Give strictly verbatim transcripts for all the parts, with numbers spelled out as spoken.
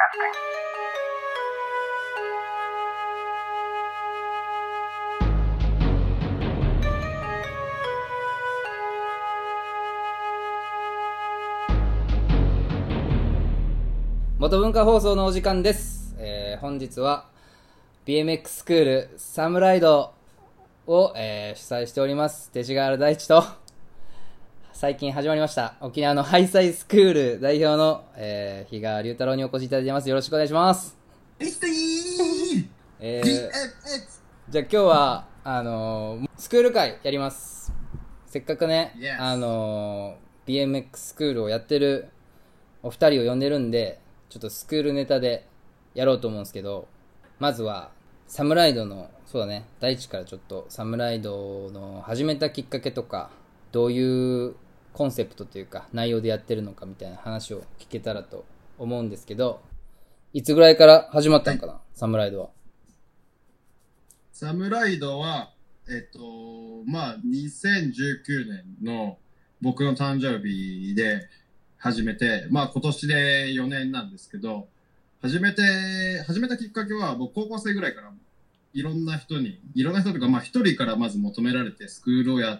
元文化放送のお時間です、えー、本日は ビーエムエックス スクールサムライドを、えー、主催しております勅使川原大地と、最近始まりました沖縄のハイサイスクール代表の、えー、比嘉龍太郎にお越しいただいてます。よろしくお願いします。えー、じゃあ今日はあのー、スクール会やります。せっかくね、yes. あのー、ビーエムエックス スクールをやってるお二人を呼んでるんで、ちょっとスクールネタでやろうと思うんですけど、まずはサムライドの、そうだね、大地からちょっとサムライドの始めたきっかけとか、どういうコンセプトというか内容でやってるのかみたいな話を聞けたらと思うんですけど、いつぐらいから始まったのかな、はい、サムライドは。 サムライドはえっとまあにせんじゅうきゅうねんの僕の誕生日で始めて、まあ今年でよねんなんですけど、始めて、始めたきっかけは僕高校生ぐらいからいろんな人に、いろんな人とかまあ一人からまず求められてスクールをやって、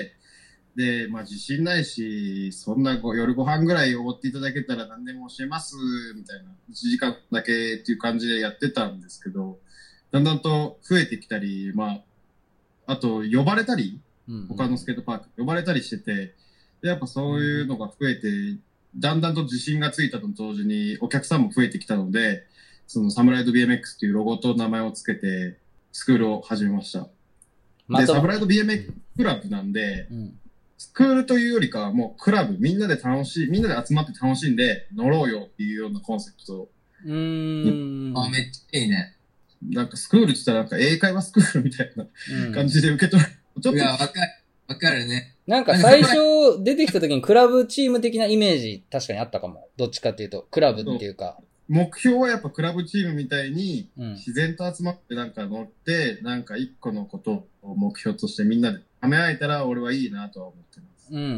で、まあ自信ないし、そんなご夜ご飯ぐらいおごっていただけたら何でも教えます、みたいな、いちじかんだけっていう感じでやってたんですけど、だんだんと増えてきたり、まあ、あと呼ばれたり、他のスケートパーク呼ばれたりしてて、でやっぱそういうのが増えて、だんだんと自信がついたと同時にお客さんも増えてきたので、そのサムライド ビーエムエックス というロゴと名前をつけてスクールを始めました。ま、で、サムライド ビーエムエックス クラブなんで、うん、スクールというよりかはもうクラブ、みんなで楽しい、みんなで集まって楽しんで乗ろうよっていうようなコンセプト。 うーん。 あ、めっちゃいいね。 なんかスクールって言ったらなんか英会話スクールみたいな感じで受け取る。 うん、ちょっといや、わかる。わかるね。 なんか最初出てきた時にクラブチーム的なイメージ確かにあったかも。どっちかっていうと、クラブっていうか。 目標はやっぱクラブチームみたいに自然と集まってなんか乗って、うん、なんか一個のことを目標としてみんなではめ合えたら俺はいいなとは思ってます。 うんうんうん。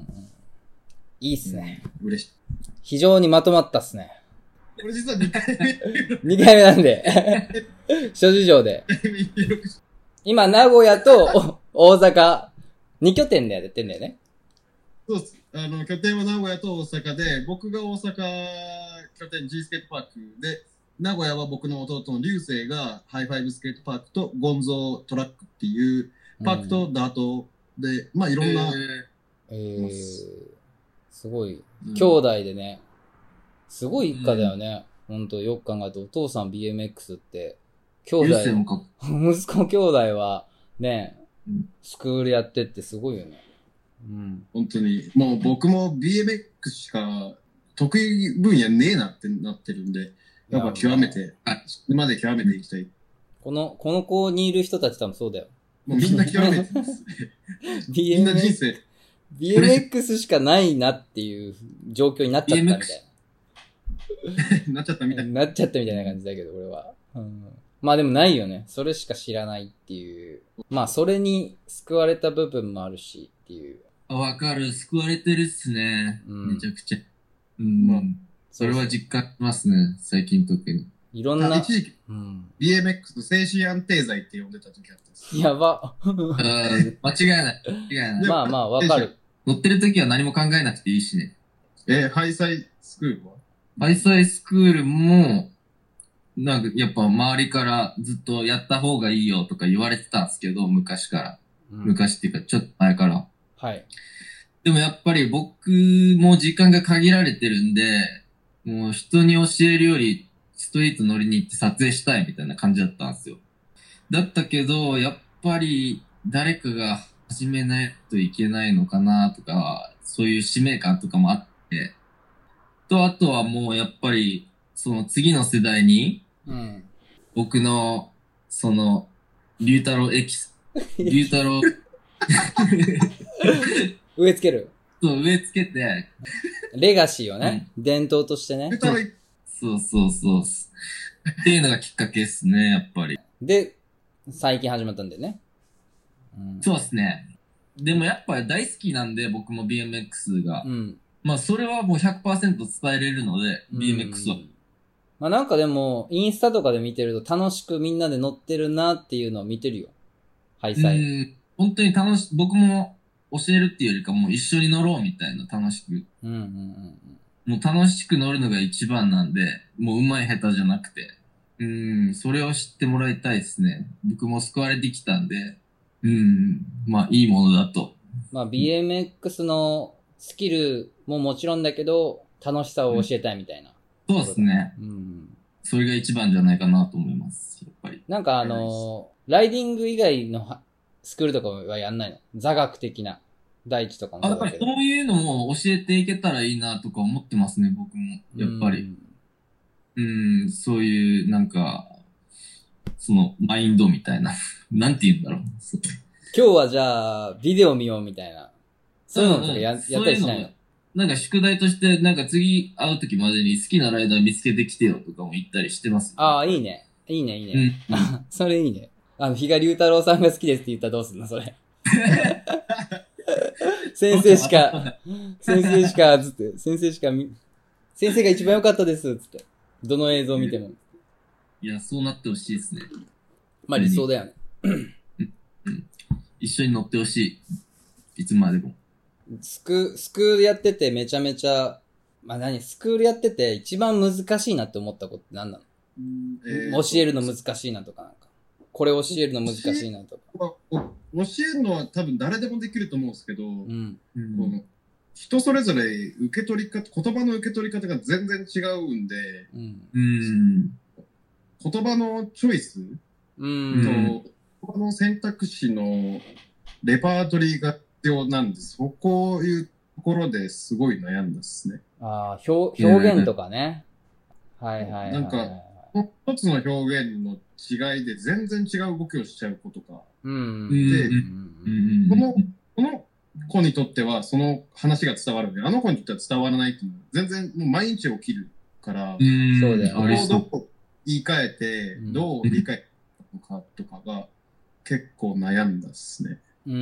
いいっすね。 うん、嬉しい。 非常にまとまったっすね。 これ実はにかいめ。 にかいめなんで。諸事情で。今、名古屋と大阪、に拠点でやってんだよね。 そうです。あの、拠点は名古屋と大阪で、僕が大阪拠点 G スケートパークで、名古屋は僕の弟の流星がハイファイブスケートパークとゴンゾートラックっていうパークとダートで、うん、まあいろんな。 えー、えー、すごい、兄弟でね、すごい一家だよね。うん、ほんとよく考えるとお父さん ビーエムエックスって、兄弟、息子兄弟はね、スクールやってってすごいよね。 うん。本当に。もう僕も ビーエムエックス しか得意分野ねえなってなってるんで、やっぱ極めて、あ、まで極めていきたい。 この、この子にいる人たち多分そうだよ。 もうみんな極めてます。みんな人生。 ビーエムエックス しかないなっていう状況になっちゃったみたいな。なっちゃったみたいな。なっちゃったみたいな感じだけど、俺は。うん、まあでもないよね。それしか知らないっていう。まあそれに救われた部分もあるしっていう。 あ、わかる。救われてるっすね。うん、めちゃくちゃ。うん。まあ、それは実感しますね。最近特に。 いろんな。 一時期、うん、ビーエムエックス の精神安定剤って呼んでた時あったんです。 やば。 間違いない。間違いない。 まあまあわかる。 乗ってる時は何も考えなくていいしね。 えー、ハイサイスクールはハイサイスクールも、なんかやっぱ周りからずっとやった方がいいよとか言われてたんですけど、昔から。うん、昔っていうかちょっと前から。 はい。 でもやっぱり僕も時間が限られてるんで、もう人に教えるよりストリート乗りに行って撮影したいみたいな感じだったんですよ。だったけど、やっぱり誰かが始めないといけないのかなとか、そういう使命感とかもあって、と、あとはもうやっぱり、その次の世代に、うん、僕の、その、龍太郎エキス、龍太郎、 植え付ける。 そう、植え付けて。 レガシーをね、うん、伝統としてね。 そうそうそう。っていうのがきっかけですね、やっぱり。 で、最近始まったんだよね。 うん、そうですね。でもやっぱり大好きなんで、僕も ビーエムエックス が。うん、まあそれはもう ひゃくパーセント 伝えれるので、うん、ビーエムエックス は。 まあなんかでも、インスタとかで見てると楽しくみんなで乗ってるなっていうのを見てるよ。ハイサイ。 うん。本当に楽し、僕も教えるっていうよりかもう一緒に乗ろうみたいな楽しく。 うんうんうん。 もう楽しく乗るのが一番なんで、もう上手い下手じゃなくて。うん、それを知ってもらいたいですね。僕も救われてきたんで、うん、まあいいものだと。 まあ ビーエムエックス のスキルももちろんだけど、楽しさを教えたいみたいな。 うん、そうですね。うん。それが一番じゃないかなと思います。やっぱり。 なんかあのー、ライディング以外のスクールとかはやんないの？座学的な。大地とかもあ、だからそういうのも教えていけたらいいなとか思ってますね、僕も。やっぱり。うん、うん、そういう、なんか、その、マインドみたいな。なんて言うんだろう。 今日はじゃあ、ビデオ見ようみたいな。そういうのとかや、うんうん、やったりしないの？ なんか宿題として、なんか次会う時までに好きなライダー見つけてきてよとかも言ったりしてます、ね。 ああ、いいね。いいね、いいね。うん、それいいね。あの、比嘉龍太郎さんが好きですって言ったらどうすんのそれ。先生しか、先生しか、つって、先生しかみ、先生が一番良かったです、つって。どの映像見ても。 いや、そうなってほしいですね。 まあ理想だよね。 うん。一緒に乗ってほしい。いつまでも。 スク、スクールやっててめちゃめちゃ、まあ何、スクールやってて一番難しいなって思ったことって何なの？えー、教えるの難しいなとかなんか。これ教えるの難しいなとか。 教えるのは多分誰でもできると思うんですけど、うんうん、この人それぞれ受け取り方、言葉の受け取り方が全然違うんで、うんうん、言葉のチョイスと、うん、言葉の選択肢のレパートリーが必要なんです。そこいうところですごい悩んだっすね。 ああ、表、表現とかね。はいはいはい、はい。 なんか、一つの表現の違いで全然違う動きをしちゃう子とか。うん、で、うん、この、この子にとってはその話が伝わるんで、あの子にとっては伝わらないっていうのは全然もう毎日起きるから、そうだよね。どう言い換えて、どう理解するのかとかが結構悩んだっすね。うん。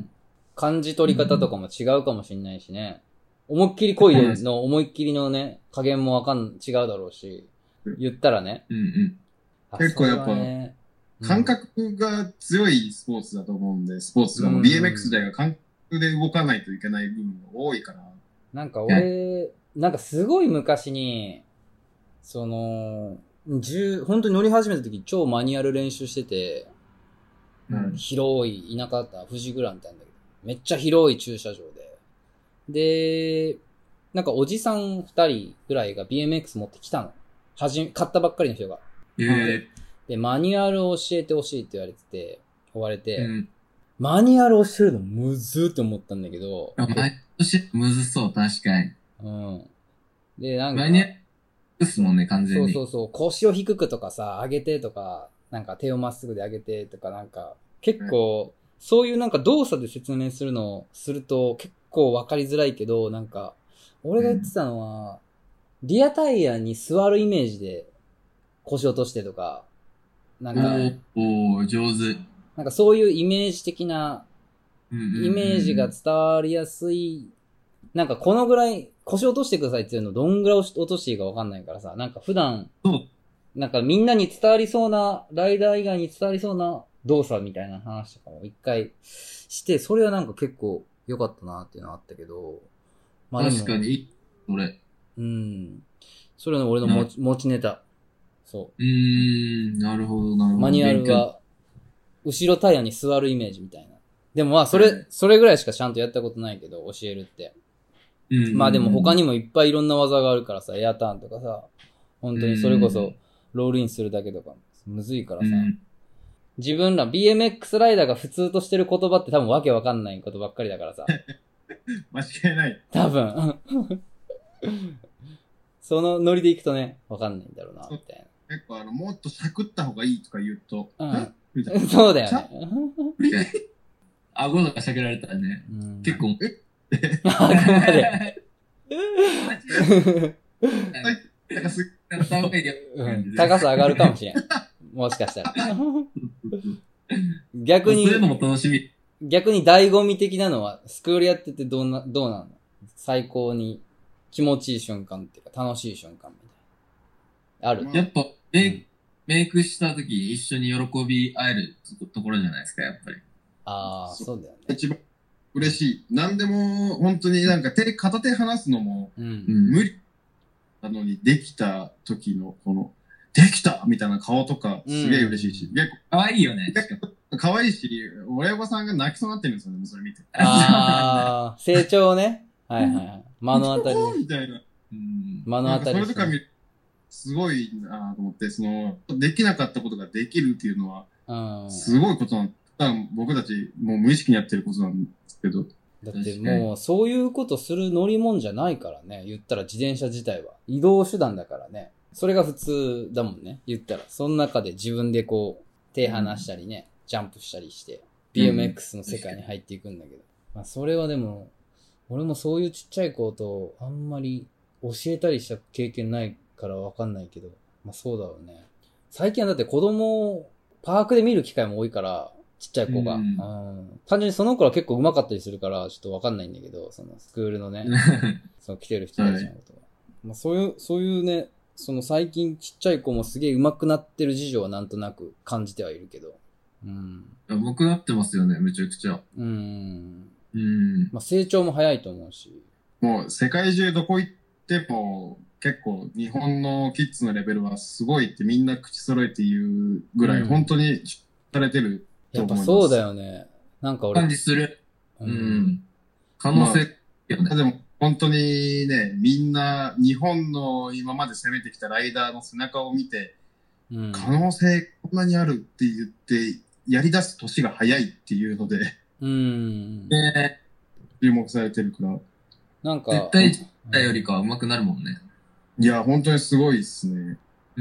漢字取り方とかも違うかもしれないしね。思いっきり恋の思いっきりのね、加減もわかん、違うだろうし、言ったらね。うんうん。 結構やっぱ、ね、感覚が強いスポーツだと思うんで、スポーツが、うん、ビーエムエックス 自体が感覚で動かないといけない部分が多いから。 なんか俺、なんかすごい昔に、その、十、本当に乗り始めた時超マニュアル練習してて、うん、広い田舎だった富士グランってあるんだけど、めっちゃ広い駐車場で。で、なんかおじさん二人ぐらいが ビーエムエックス 持ってきたの。はじめ、買ったばっかりの人が。えー、で、マニュアルを教えてほしいって言われてて、追われて、うん、マニュアルを教えるのむずーって思ったんだけど。 マニュアル教えるのむずそう、確かに。うん。 で、なんか。 マニュアルですもんね、完全に。 そうそうそう。腰を低くとかさ、上げてとか、なんか手をまっすぐで上げてとかなんか、結構、うん、そういうなんか動作で説明するのをすると結構わかりづらいけど、なんか、俺が言ってたのは、うん、リアタイヤに座るイメージで腰を落としてとか、なんか、 おー、上手。 なんかそういうイメージ的な、イメージが伝わりやすい、なんかこのぐらい腰落としてくださいっていうのをどんぐらい落としていいかわかんないからさ、なんか普段、なんかみんなに伝わりそうな、ライダー以外に伝わりそうな動作みたいな話とかも一回して、それはなんか結構良かったなっていうのはあったけど、 まあ確かに、俺。 うん。それの俺の持ち、持ちネタ。そう。 うーん、なるほど、なるほど。 マニュアルは、後ろタイヤに座るイメージみたいな。でもまあ、それ、はい、それぐらいしかちゃんとやったことないけど、教えるって。うん。まあでも他にもいっぱいいろんな技があるからさ、エアターンとかさ、本当にそれこそ、ロールインするだけとか、むずいからさ。自分ら ビーエムエックス ライダーが普通としてる言葉って多分わけわかんないことばっかりだからさ。 間違いない。 多分。そのノリでいくとね、わかんないんだろうな、みたいな。 結構あの、もっとしゃくった方がいいとか言うと、 うん、みたいなそうだよね。 顎とかしゃけられたらね、うん、結構、え顎まで。高さ上がるかもしれん。もしかしたら。逆に、 そういうのも楽しみ。 逆に醍醐味的なのは、スクールやっててどんな、どうなの？最高に気持ちいい瞬間っていうか、楽しい瞬間みたいある。 やっぱメイク、メイクした時一緒に喜び合えるところじゃないですか、やっぱり。 ああ、そうだよね。 一番嬉しい。何でも、本当になんか手、片手離すのもうん。 無理なのにできた時の、この、できたみたいな顔とか、すげえ嬉しいし、結構、 可愛いよね。 可愛いし、親御さんが泣きそうになってるんですよね、それ見て。 ああ、成長ね。はいはいはい。目の当たりね。 みたいな。 うん。 目の当たりそれとか見るすごいなと思って、その、できなかったことができるっていうのは、 うん。 すごいことなん多分僕たちもう無意識にやってることなんですけど。 だってもうそういうことする乗り物じゃないからね。言ったら自転車自体は。移動手段だからね。それが普通だもんね。言ったら。その中で自分でこう、手離したりね、ジャンプしたりして、ビーエムエックス の世界に入っていくんだけど。まあそれはでも、俺もそういうちっちゃい子とあんまり教えたりした経験ないからわかんないけど。まあそうだろうね。最近はだって子供をパークで見る機会も多いから、ちっちゃい子が。うん、単純にその子は結構上手かったりするから、ちょっとわかんないんだけど、そのスクールのね、その来てる人たちのことは。まあそういう、そういうね、その最近ちっちゃい子もすげえ上手くなってる事情はなんとなく感じてはいるけど。うん。 上手くなってますよね、めちゃくちゃ。 うん。 うん。 まあ成長も早いと思うし。 もう世界中どこ行っても結構日本のキッズのレベルはすごいってみんな口揃えて言うぐらい本当にされてると思います。 やっぱそうだよね。なんか俺。 感じする。うん。うん、可能性、 まあ、でも本当にね、みんな日本の今まで攻めてきたライダーの背中を見て、うん、可能性こんなにあるって言ってやり出す年が早いっていうので、 うん。 で、注目されてるから。 なんか。絶対自体よりかは上手くなるもんね。 いや、本当にすごいっすね。 うん。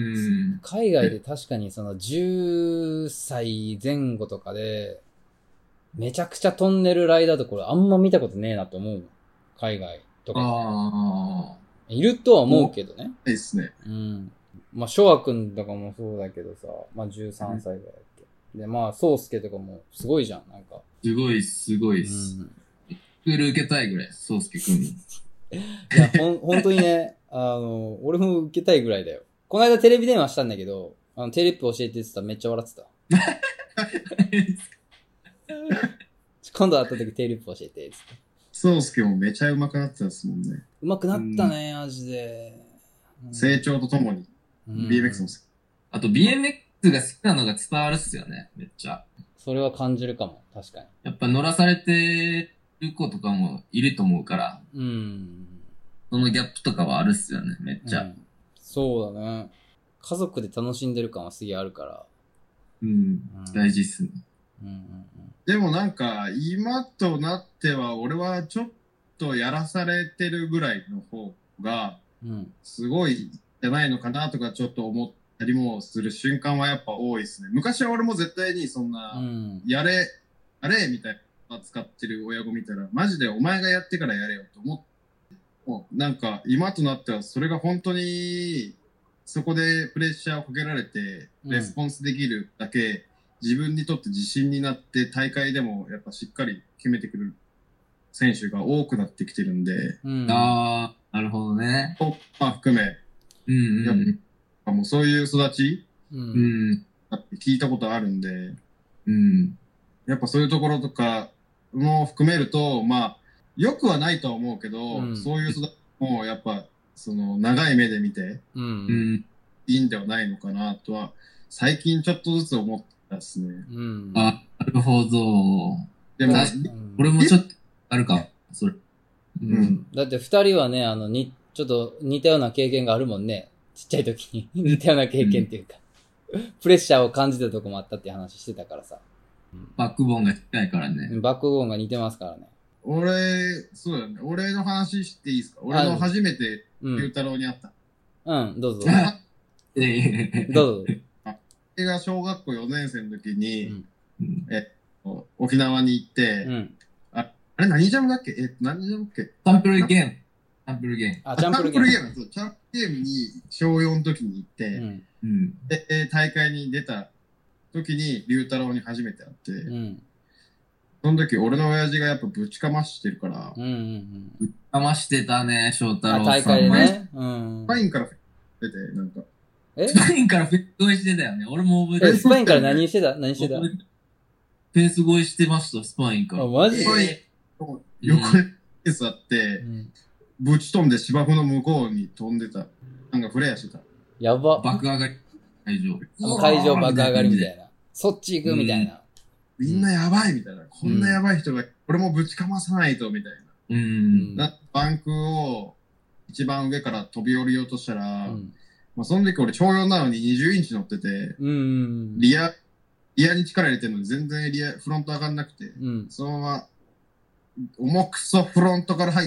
海外で確かにそのじゅっさいぜん後とかで、めちゃくちゃ飛んでるライダーとこれあんま見たことねえなと思う。海外とか。ああ。いるとは思うけどね。 いいっすね。 うん。まあ、翔和くんとかもそうだけどさ、まあじゅうさんさいぐらいだっけ。うん、で、まあ、宗介とかもすごいじゃん、なんか。 すごい、すごいっす。うん。スクール受けたいぐらい、宗介くんに。いや、ほん、本当にね、あの、俺も受けたいぐらいだよ。この間テレビ電話したんだけど、あの、テレップ教えてって言ったらめっちゃ笑ってた。今度会った時テレップ教えてって。 宗介もめちゃ上手くなってたですもんね。 上手くなったね、マジで。 成長とともに。ビーエムエックス も好き。 あと ビーエムエックス が好きなのが伝わるっすよね、めっちゃ。 それは感じるかも、確かに。 やっぱ乗らされてる子とかもいると思うから。 うん。 そのギャップとかはあるっすよね、めっちゃ。うん、 そうだね。家族で楽しんでる感はすげえあるから。 うん。うん、大事っすね。 うんうんうん、 でもなんか、今となっては、俺はちょっとやらされてるぐらいの方が、すごいじゃないのかなとかちょっと思ったりもする瞬間はやっぱ多いですね。昔は俺も絶対にそんな、やれ、やれみたいな使ってる親子見たら、マジでお前がやってからやれよと思って、もうなんか今となってはそれが本当に、そこでプレッシャーをかけられて、レスポンスできるだけ、うん、自分にとって自信になって大会でもやっぱしっかり決めてくる選手が多くなってきてるんで。 うん、ああ、なるほどね。 と、まあ含め。 うんうん、やっぱもうそういう育ち、 うん、 聞いたことあるんで、 うん、 やっぱそういうところとかも含めると、まあ、良くはないとは思うけど、うん、そういう育ちもやっぱ、その長い目で見て、 うん、 いいんではないのかなとは、最近ちょっとずつ思ったですね。 うん、 あ、なるほど。 でも、 俺もちょっとあるか、それ。 うん。だって二人はね、あの、に、ちょっと似たような経験があるもんね。ちっちゃい時に。似たような経験っていうか、うん、プレッシャーを感じたとこもあったっていう話してたからさ。 バックボーンが近いからね。 バックボーンが似てますからね。 俺、そうだね。俺の話していいですか？俺の初めて、ゆうたろうに会った。 うん、どうぞ。どうぞ。 俺が小学校よねん生の時に、うん、え沖縄に行って、 うん、 あ、あれ何ジャムだっけえ、何ジャムだっけサンプルゲーム。チャンプルゲーム。 あ、チャンプルゲーム。 チャンプルゲーム。そう、チャンプルゲームに小よんの時に行って、 うんうん、 で、大会に出た時に、龍太郎に初めて会って、 うん、 その時俺の親父がやっぱぶちかましてるから、 うんうんうん、 ぶちかましてたね、翔太郎さん。 大会でね。うん。 ファインから出て、なんか、 えスパインからフェンス越えしてたよね。俺も覚えてえ、 る。 スパインから何してた何してたフェンス越えしてました、スパインから。 あ、マジスパイン横にフェンスあって、 うん、 ぶち飛んで芝生の向こうに飛んでた。なんかフレアしてた。 やば。 爆上がり、会場。 あの会場爆上がりみたいな。そっち行くみたいな。 みんなやばいみたいな。こんなやばい人が、俺もぶちかまさないとみたいな。 うん。 なバンクを一番上から飛び降りようとしたら、 うん、 まあその時俺長四なのににじゅうインチ乗ってて、 うん、 リア、リアに力入れてるのに全然リア、フロント上がんなくて、 うん、そのまま、重くそフロントから入って、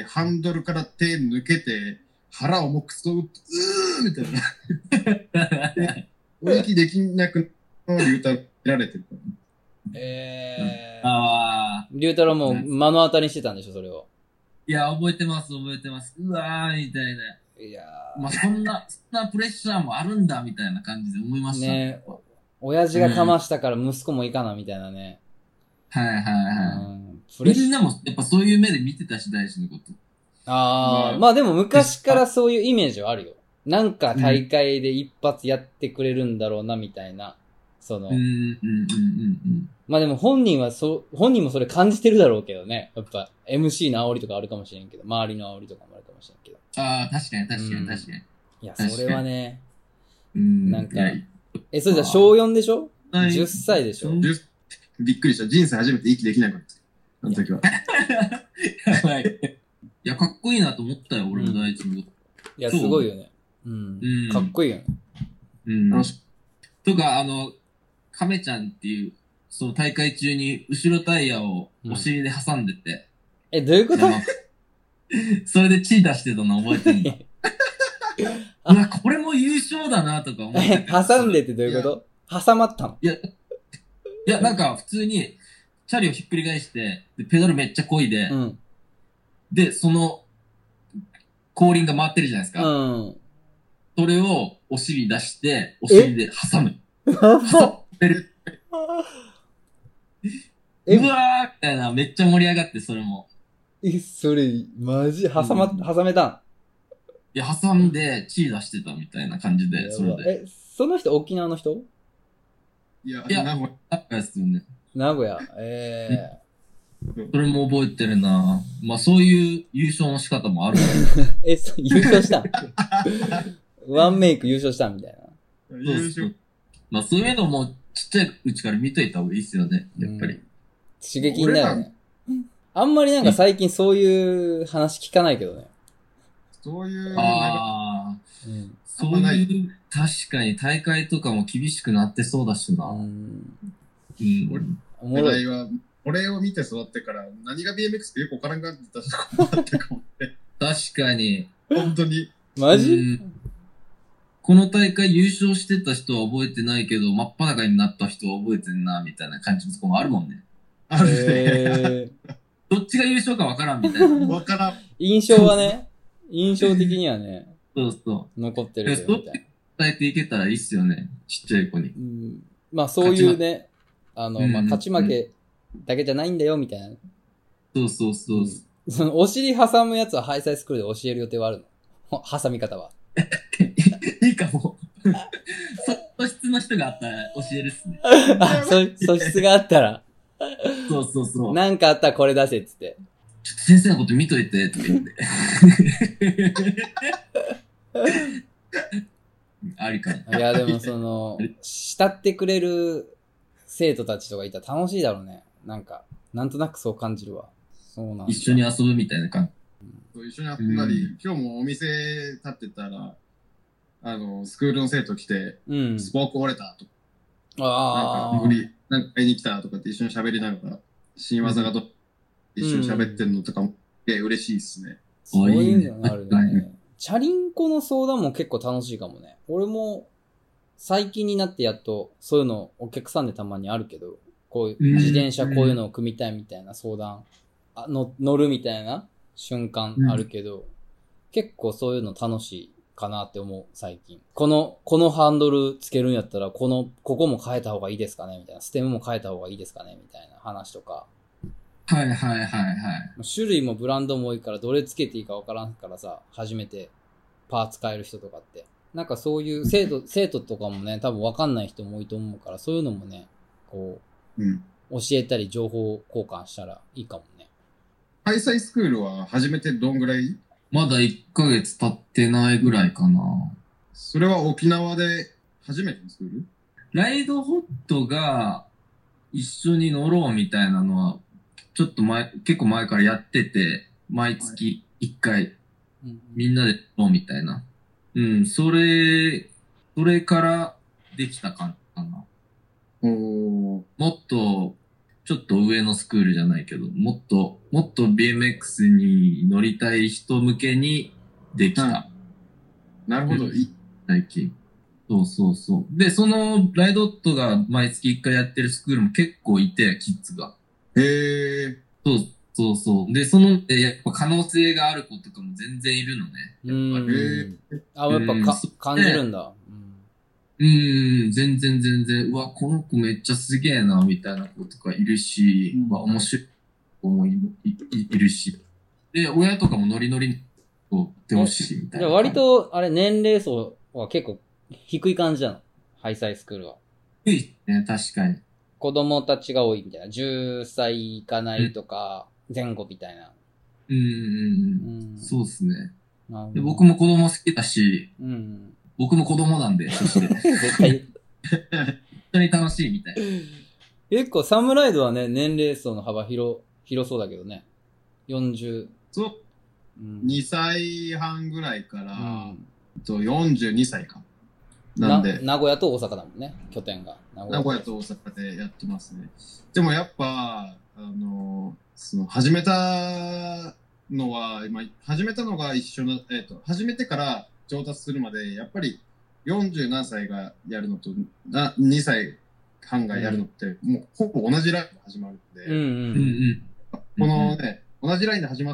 ハンドルから手抜けて、腹重くそ、うーみたいな。息できなくなるリューターられてるから。 えー。 ああ。 リュータロも目の当たりにしてたんでしょ、それを。 いや、覚えてます、覚えてます。うわー、みたいな。 いやー。まあ、そんな、そんなプレッシャーもあるんだ、みたいな感じで思いましたね。 ね親父がかましたから息子もいかな、みたいなね。 はいはいはい。 うん、プレッシャー。 みんなも、やっぱそういう目で見てたし、大事のこと。 ああ、まあでも昔からそういうイメージはあるよ。なんか大会で一発やってくれるんだろうな、みたいな。その。 うん、うん、うん、うん、うん。 まあでも本人はそう、本人もそれ感じてるだろうけどね。やっぱ エムシー の煽りとかあるかもしれんけど、周りの煽りとかもあるかもしれんけど。 ああ、確かに確かに確かに。 いや、それはね、 うん、 なんか、え、それじゃ小よんでしょ ?じゅっ 歳でしょびっくりした。人生初めて息できなかった。あの時は。 やばい。いや、かっこいいなと思ったよ、俺も第一の。いや、すごいよね。うん。かっこいいよね。 うん。とか、あの、亀ちゃんっていう、その大会中に後ろタイヤをお尻で挟んでて。 え、どういうことそれで血出してたの覚えてるんだ。うわ、これも優勝だなとか思って。 挟んでってどういうこと挟まったのいや、いや、なんか普通に、チャリをひっくり返して、でペダルめっちゃ漕いで、うん、で、その、後輪が回ってるじゃないですか。うん。それをお尻出して、お尻で挟む。挟める。うわーみたいな、めっちゃ盛り上がって、それも。 え、それ、マジ挟ま、うん、挟めたんいや、挟んで、血出してたみたいな感じで、それで。 え、その人沖縄の人いや、 いや、名古屋ですよね。 名古屋、ええー。それも覚えてるな。まあ、そういう優勝の仕方もある。 え、そう、優勝したワンメイク優勝したみたいな。 優勝。まあ、そういうのもちっちゃいうちから見といた方がいいっすよね、やっぱり。うん、 刺激になるね。あんまりなんか最近そういう話聞かないけどね。 そういう、 ああ、うん、そういう、確かに大会とかも厳しくなってそうだしな。うん。 うん。俺は、俺を見て育ってから、何が ビーエムエックス ってよくわからんかったとこもあったかもね。 確かに。 本当に。 マジ、うん、 この大会優勝してた人は覚えてないけど、真っ裸になった人は覚えてんな、みたいな感じのとこもあるもんね。 あるね。えー、どっちが優勝かわからんみたいな。 わからん。 印象はね、印象的にはね、 そうそう。 残ってるけどみたいな。伝えていけたらいいっすよね。ちっちゃい子に。うん、まあそういうね、あの、まあ勝ち負けだけじゃないんだよ、みたいな。 そうそうそう。うん、 そのお尻挟むやつはハイサイスクールで教える予定はあるの挟み方は。 いいかも。素質の人があったら教えるっすね。 あ、そ、素質があったら。 そうそうそう。 なんかあったらこれ出せっつって。 ちょっと先生のこと見といて、とか言って。ありかな。いや、でもその、慕ってくれる生徒たちとかいたら楽しいだろうね。なんか、なんとなくそう感じるわ。そうなん一緒に遊ぶみたいな感じ。うん、一緒に遊んだり、うん、今日もお店立ってたら、あの、スクールの生徒来て、うん、スポーク折れたとか、ああ。なんか、無理、なんか買いに来たとかって一緒に喋りながら、新技がど、うん、一緒に喋ってんのとかも、え、うん、嬉しいっすね。 そういうのがあるね。チャリンコの相談も結構楽しいかもね。俺も、最近になってやっと、そういうのお客さんでたまにあるけど、こういう、自転車こういうのを組みたいみたいな相談、あの乗るみたいな瞬間あるけど、うん、結構そういうの楽しいかなって思う、最近。この、このハンドルつけるんやったら、この、ここも変えた方がいいですかねみたいな。ステムも変えた方がいいですかねみたいな話とか。 はいはいはいはい。 種類もブランドも多いから、どれつけていいかわからんからさ、初めてパーツ変える人とかって。 なんかそういう生徒、生徒とかもね、多分わかんない人も多いと思うから、そういうのもね、こうん。 う、教えたり情報交換したらいいかもね。 ハイサイスクールは始めてどんぐらい？ まだいっかげつ経ってないぐらいかな。 それは沖縄で初めてのスクール？ ライドホットが一緒に乗ろうみたいなのは、ちょっと前、結構前からやってて、毎月いっかい、みんなで乗ろうみたいな。うん、それ、それからできたかな。 おー。 もっと、ちょっと上のスクールじゃないけど、もっと、もっと ビーエムエックス に乗りたい人向けにできた。 うんなるほど。 うん最近。そうそうそう。で、そのライドットが毎月いっかいやってるスクールも結構いて、キッズが。 へー。 そうそうそう。で、その、えやっぱ可能性がある子とかも全然いるのね。 うやっぱり。 ん。あ、やっぱか、 うん感じるんだ。 うーん、全然全然、うわ、この子めっちゃすげえな、みたいな子とかいるし、 うんうわ、面白い子もいいいいるし。で、親とかもノリノリにこう言ってほしいみたいな。 じゃあ割と、あれ、年齢層は結構低い感じなの？ハイサイスクールは。 低いね、確かに。 子供たちが多いみたいな。じゅっさいいかないとか、前後みたいな。 うんうんううん。 ん。 そうっすね。 なるほどで僕も子供好きだし、 うん。 僕も子供なんで、そして。 絶対言う。 本当に楽しいみたいな。 結構サムライドはね、年齢層の幅広、広そうだけどね。よんじゅう。 そう。 うん、 にさいはんぐらいから、 うんとよんじゅうにさいか。なんで、 名古屋と大阪だもんね、拠点が。名名古屋と大阪でやってますね。でもやっぱ、あの、その、始めたのは、今、始めたのが一緒の、えっ、と、始めてから上達するまで、やっぱりよんじゅう何歳がやるのと、なにさいはんがやるのって、もうほぼ同じラインで始まるんで、 うんうん。 うんうん。 このね、同じラインで始まって、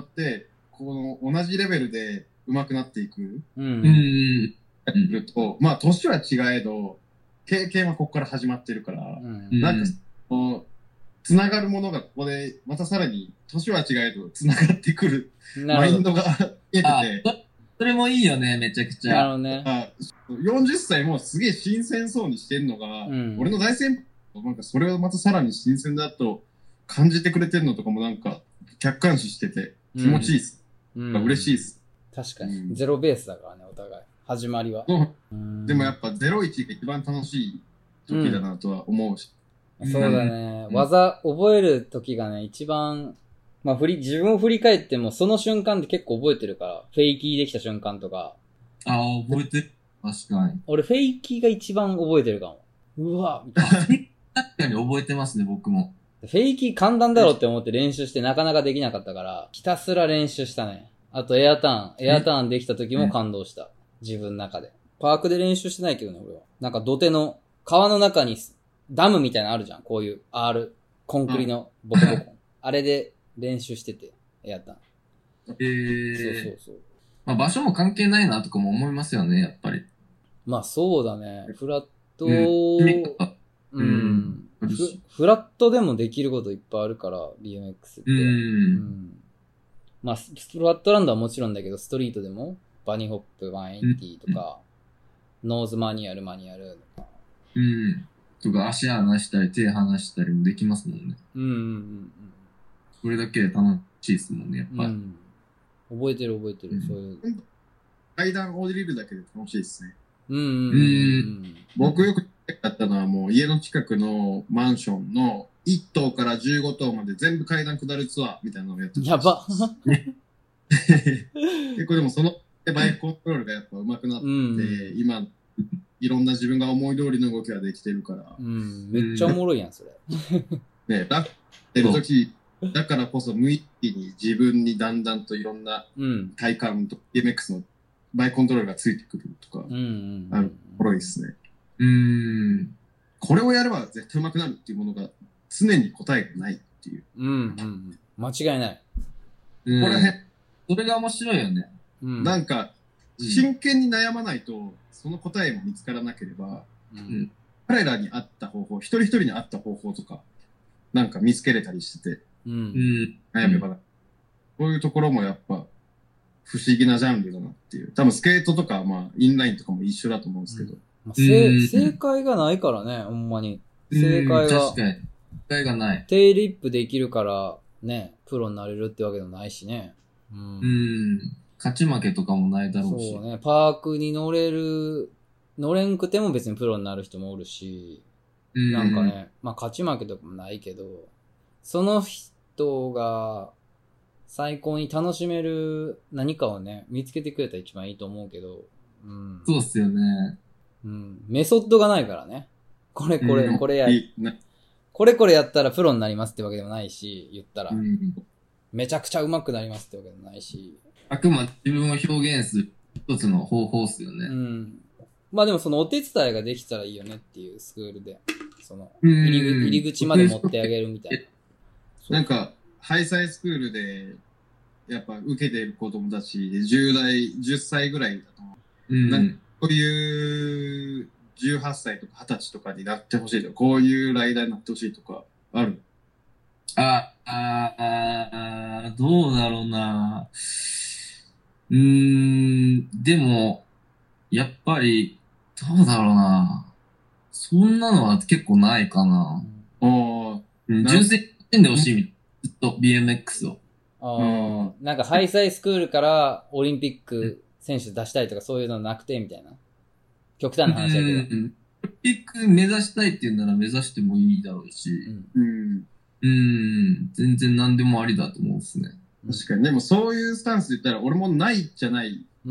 この同じレベルで上手くなっていく。 ううんん。 うんると、まあ、年は違えど、経験はここから始まってるから、 うんうん。 なんか、こう、つながるものがここで、またさらに、年は違えど、つながってくる、 なるほど。 マインドが出てあて、 そそれもいいよね、めちゃくちゃ。 なるほどね。 あよんじゅっさいもすげえ新鮮そうにしてんのが、 うん俺の大先輩なんかそれをまたさらに新鮮だと感じてくれてるのとかもなんか、客観視してて、気持ちいいっす。 うん。 嬉しいっす。 確かに。 うんゼロベースだからね、お互い。始まりは。 そううんでもやっぱゼロイチが一番楽しい時だなとは思うし。 そうだね。 うん技覚える時がね、一番、まあ振り、自分を振り返ってもその瞬間って結構覚えてるから、フェイキーできた瞬間とか。 ああ、覚えてる。確かに。 俺フェイキーが一番覚えてるかも。うわみたいな。 確かに覚えてますね、僕も。 フェイキー簡単だろうって思って練習してなかなかできなかったから、ひたすら練習したね。あとエアターン、エアターンできた時も感動した。自分の中で。パークで練習してないけどね、俺は。なんか土手の、川の中にダムみたいなのあるじゃん。こういう R、コンクリのボコボコ。あれで練習してて、エアターン。 えー、 そうそうそう。 まあ場所も関係ないなとかも思いますよね、やっぱり。 まあそうだね。フラット、 うんうん。 うんフフラットでもできることいっぱいあるから、ビーエムエックス って。 う。 うんんまあ、フラットランドはもちろんだけど、ストリートでも、バニーホップひゃくはちじゅうとか、ノーズマニュアルマニュアルとか。 うん。とか足離したり手離したりもできますもんね。 うんうんうんこれだけで楽しいですもんね、やっうん。 ぱり。 うん。覚えてる覚えてる、 うんそういう。 階段降りるだけで楽しいですね。 うんうんうん。 僕よくやったのはもう家の近くのマンションのいち棟からじゅうご棟まで全部階段下るツアーみたいなのをやってやば。 結構でもそのバイクコントロールがやっぱ上手くなって、 うん今いろんな自分が思い通りの動きができてるから、 うん。めっちゃおもろいやん、それ。 ね、ラフってる時だからこそ無意識に自分にだんだんといろんなうん。 体感と ビーエムエックス のバイクコントロールがついてくるとか、 うんうんあのおもろいですね。 うーん。 これをやれば絶対上手くなるっていうものが常に答えがないっていう。 うん。うんうん。間違いない。 うんこれね、 それが面白いよね。 うん。 なんか、真剣に悩まないと、その答えも見つからなければ、 うん彼らに合った方法、一人一人に合った方法とか、なんか見つけれたりしてて、 う。 うんん。 悩めばな、こういうところもやっぱ、 不思議なジャンルだなっていう。多分スケートとか、まあ、インラインとかも一緒だと思うんですけど。うんまあ、正, 正解がないからね、ほんまに。正解が。 確かに。正解がない。 テールイップできるから、ね、プロになれるってわけでもないしね。 うん。うん勝ち負けとかもないだろうし。 そうね。パークに乗れる、乗れんくても別にプロになる人もおるし。うん、なんかね、まあ勝ち負けとかもないけど、その人が最高に楽しめる何かをね、見つけてくれたら一番いいと思うけど。うん、 そうっすよね。 うん。メソッドがないからね。これこれ、 うん、 これや、これこれやったらプロになりますってわけでもないし、言ったら。うん、めちゃくちゃ上手くなりますってわけでもないし。 あくまで自分を表現する一つの方法っすよね。 うん。まあでもそのお手伝いができたらいいよねっていうスクールで。その、入り、入り口まで持ってあげるみたいな。なんか、ハイサイスクールで、やっぱ受けてる子供たちでじゅう代、じゅっさいぐらいだと思う。うん。なんかこういう、じゅうはっさいとかはたちとかになってほしいとか、こういうライダーになってほしいとか、ある？ あ、あ、あ、どうだろうな。うーん、でも、やっぱり、どうだろうな。そんなのは結構ないかな。ああ。純粋にやってほしいみたい。ずっと ビーエムエックス を。 ああ、うん。なんかハイサイスクールからオリンピック選手出したいとかそういうのなくてみたいな。極端な話だけど。うん。 オリンピック目指したいって言うなら目指してもいいだろうし。うん。うん。全然何でもありだと思うんですね。 確かに。でもそういうスタンスで言ったら俺もないじゃないし。うん。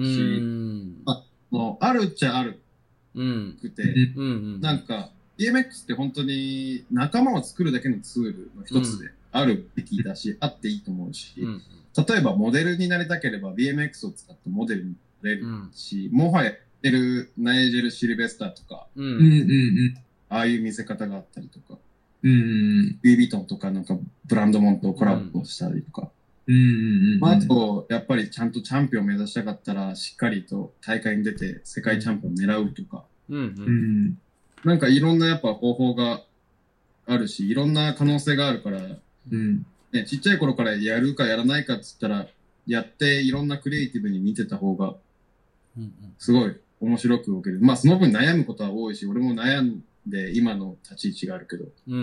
あ、もうあるっちゃある。うん。くて。うん。なんか、ビーエムエックス って本当に仲間を作るだけのツールの一つであるべきだし、うん、あっていいと思うし、うん、例えばモデルになりたければ ビーエムエックス を使ってモデルになれるし、うん、もはやってるナイジェル・シルベスターとか、うんうんうん、ああいう見せ方があったりとか、うんうん、ルイ・ヴィトンとかなんかブランドモンとコラボしたりとか、うんうんうんまあ、あと、やっぱりちゃんとチャンピオンを目指したかったら、しっかりと大会に出て世界チャンピオンを狙うとか、うんうんなんかいろんなやっぱ方法があるし、いろんな可能性があるから、うんね、ちっちゃい頃からやるかやらないかっつったら、やっていろんなクリエイティブに見てた方が、すごい面白く動ける。まあその分悩むことは多いし、俺も悩んで今の立ち位置があるけど。うんうん、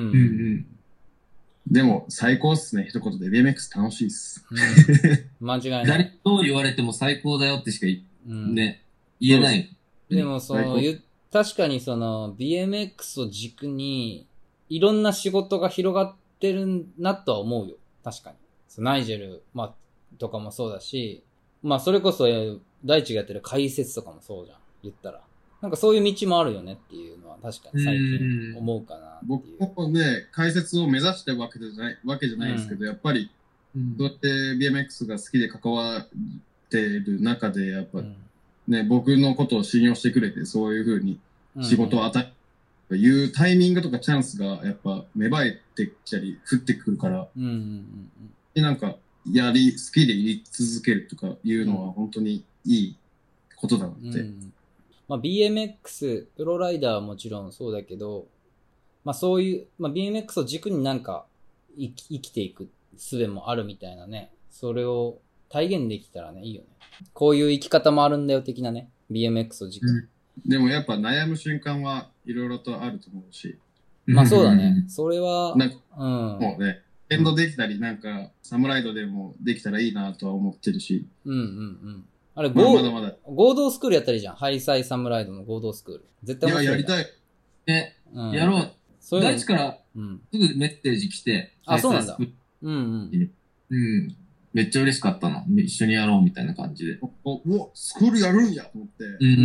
でも最高っすね、一言で。ビーエムエックス 楽しいっす。 うん、間違いない。 誰と言われても最高だよってしか、うん、ね、言えない。 でもその、言確かにその ビーエムエックス を軸にいろんな仕事が広がってるなとは思うよ。確かに。ナイジェル、まあ、とかもそうだし、まあそれこそ大地がやってる解説とかもそうじゃん。言ったら。なんかそういう道もあるよねっていうのは確かに最近思うかなっていう。 僕もね、解説を目指してるわけじゃない、わけじゃないですけど、うん、やっぱり、そうやって ビーエムエックス が好きで関わってる中で、やっぱ、うんね、僕のことを信用してくれて、そういう風に仕事を与え、うんうん、いうタイミングとかチャンスがやっぱ芽生えてきたり、降ってくるから、うんうんうんうん、なんか、やり、好きでい続けるとかいうのは本当にいいことだなって。うんうんまあ、ビーエムエックス、プロライダーはもちろんそうだけど、まあそういう、まあ ビーエムエックス を軸になんか生き、生きていく術もあるみたいなね、それを体現できたらね、いいよね。こういう生き方もあるんだよ的なね。ビーエムエックス を軸に、うん。 でもやっぱ悩む瞬間はいろいろとあると思うし。 まあそうだね。それは、 なんかうん、もうね、エンドできたり、なんか、サムライドでもできたらいいなとは思ってるし。 うんうんうん。あれ、まあ、まだまだ合同スクールやったらいいじゃん。ハイサイサムライドの合同スクール。絶対面白い。 いや、やりたい。 え、うん、やろう。そういうの。大地から、すぐメッセージ来て。 あ、そうなんだ。うんうん。 うん。めっちゃ嬉しかったの。一緒にやろうみたいな感じで。 お、お、スクールやるんやと思って。うん。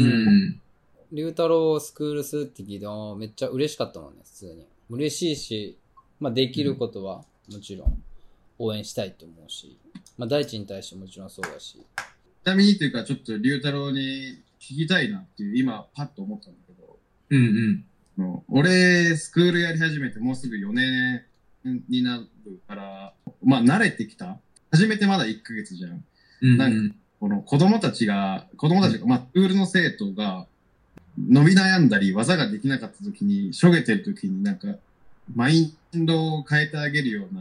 龍太郎スクールスって聞いてもめっちゃ嬉しかったもんね、普通に。嬉しいし、まあできることはもちろん応援したいと思うし、まあ大地に対してもちろんそうだし。 ちなみにというかちょっと龍太郎に聞きたいなっていう今パッと思ったんだけど。うんうん。俺、スクールやり始めてもうすぐよねんになるから、まあ慣れてきた。初めてまだいっかげつじゃん。うんうん、なんか、この子供たちが、子供たちが、まあ、スクールの生徒が、伸び悩んだり、技ができなかった時に、しょげてる時になんか、マインドを変えてあげるような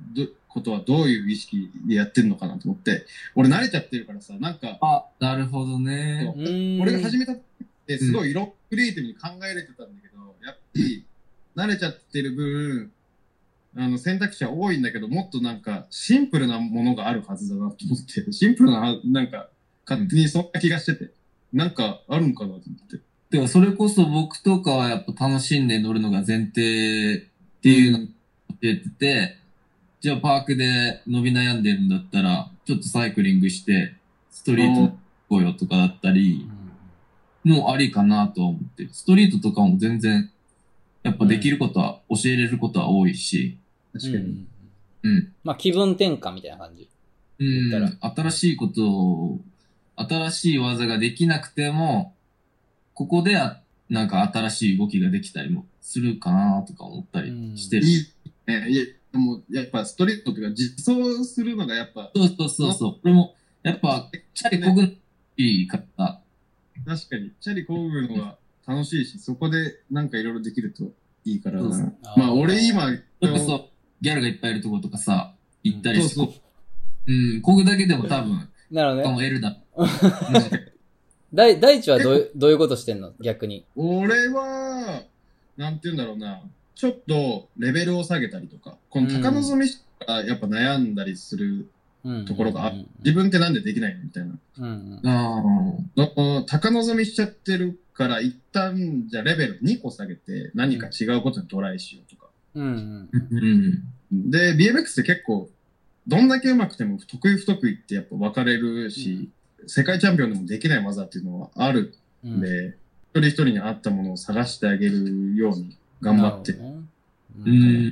どことはどういう意識でやってるのかなと思って、俺慣れちゃってるからさ、なんか、 あ、なるほどね。 俺が始めたってすごい色、クリエイティブに考えれてたんだけど、やっぱり慣れちゃってる分、あの選択肢は多いんだけど、もっとなんかシンプルなものがあるはずだなと思って、シンプルな、なんか勝手にそんな気がしてて、なんかあるんかなと思って。 でもそれこそ僕とかはやっぱ楽しんで乗るのが前提っていうのを教えてて、じゃあパークで伸び悩んでるんだったら、ちょっとサイクリングして、ストリート行こうよとかだったり、もうありかなとは思ってる。ストリートとかも全然、やっぱできることは、うん、教えれることは多いし。 確かに。 うん。うん、 まあ気分転換みたいな感じ。 うん。新しいことを、新しい技ができなくても、ここであ、なんか新しい動きができたりもするかなとか思ったりしてる。 いい。え、いや、でも、やっぱストリートというか実装するのがやっぱ。 そうそうそうそう。これも、やっぱ、チャリこぐいい方。 確かに。チャリこぐのが楽しいし、そこでなんかいろいろできるといいからな。まあ、俺今、 それこそ、ギャルがいっぱいいるとことかさ、行ったりして。そうそう。うん、こぐだけでも多分、 なるほどね。 L だ。 大、大地はどう、どういうことしてんの逆に。 俺は、なんて言うんだろうな。ちょっとレベルを下げたりとか、この高望みがやっぱ悩んだりするところがある。自分ってなんでできないのみたいな。 うんうん、ああ。高望みしちゃってるから、一旦じゃあレベルにこ下げて何か違うことにトライしようとか。 うんうん、で、ビーエムエックス って結構、どんだけ上手くても得意不得意ってやっぱ分かれるし、うん、世界チャンピオンでもできない技っていうのはあるんで、うん、一人一人に合ったものを探してあげるように頑張って。 ね、 うん。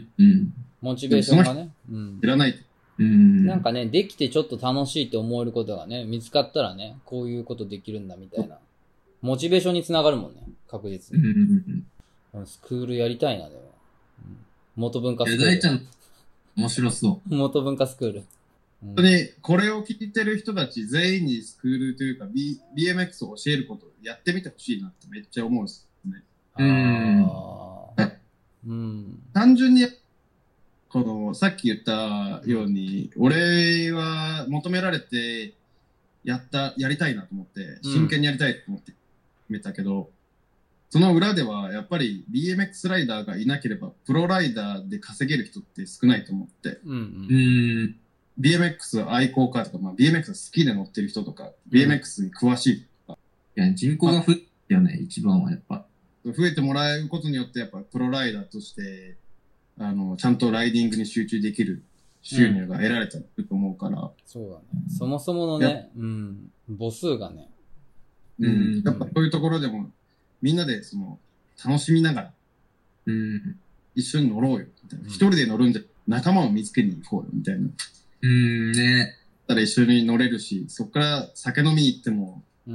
うん。 モチベーションがね。 うん。いらない。 うん。 なんかね、できてちょっと楽しいって思えることがね、見つかったらね、こういうことできるんだみたいな。モチベーションにつながるもんね。確実に。うん。スクールやりたいな、でも。うん、元文化スクール。 大ちゃん、面白そう。 元文化スクール。 本当に、これを聞いてる人たち全員にスクールというか、B、ビーエムエックス を教えることをやってみてほしいなってめっちゃ思うんですね。 うん。うん。 単純に、この、さっき言ったように、俺は求められて、やった、やりたいなと思って、真剣にやりたいと思って決めたけど、うん、その裏では、やっぱり ビーエムエックス ライダーがいなければ、プロライダーで稼げる人って少ないと思って、 うんうん 、ビーエムエックス 愛好家とか、まあ、ビーエムエックス 好きで乗ってる人とか、うん、ビーエムエックス に詳しいとか。 いや、人口が増えるよね、一番はやっぱ。 増えてもらえることによって、やっぱプロライダーとして、あの、ちゃんとライディングに集中できる収入が得られたと思うから。うん、 そうだね。そもそものね、うん、母数がね。 うん。やっぱそういうところでも、みんなでその、楽しみながら、 うん、 一緒に乗ろうよ、みたいな。一、うん、人で乗るんじゃ、仲間を見つけに行こうよ、みたいな。 うんね。 たら一緒に乗れるし、そこから酒飲みに行っても、 うんうん。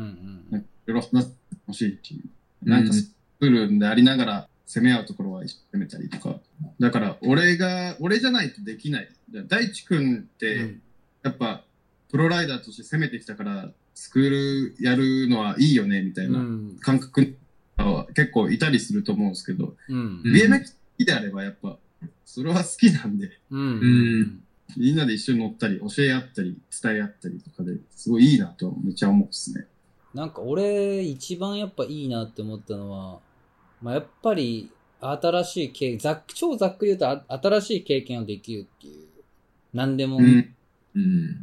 いろいろ話してほしいし、なんか作るんでありながら攻め合うところは一緒に攻めたりとか。だから、俺が、俺じゃないとできない。大地君って、うん、やっぱ、プロライダーとして攻めてきたから、スクールやるのはいいよね、みたいな感覚は結構いたりすると思うんですけど、 うん、 ビーエムエックス 好きであればやっぱ、それは好きなんで、 うんうんみんなで一緒に乗ったり、教え合ったり、伝え合ったりとかで、すごいいいなとめっちゃ思うんですね。 なんか俺、一番やっぱいいなって思ったのは、まあ、やっぱり、新しい経験、ざっ超ざっくり言うと、新しい経験をできるっていう。何でも、 うんうん、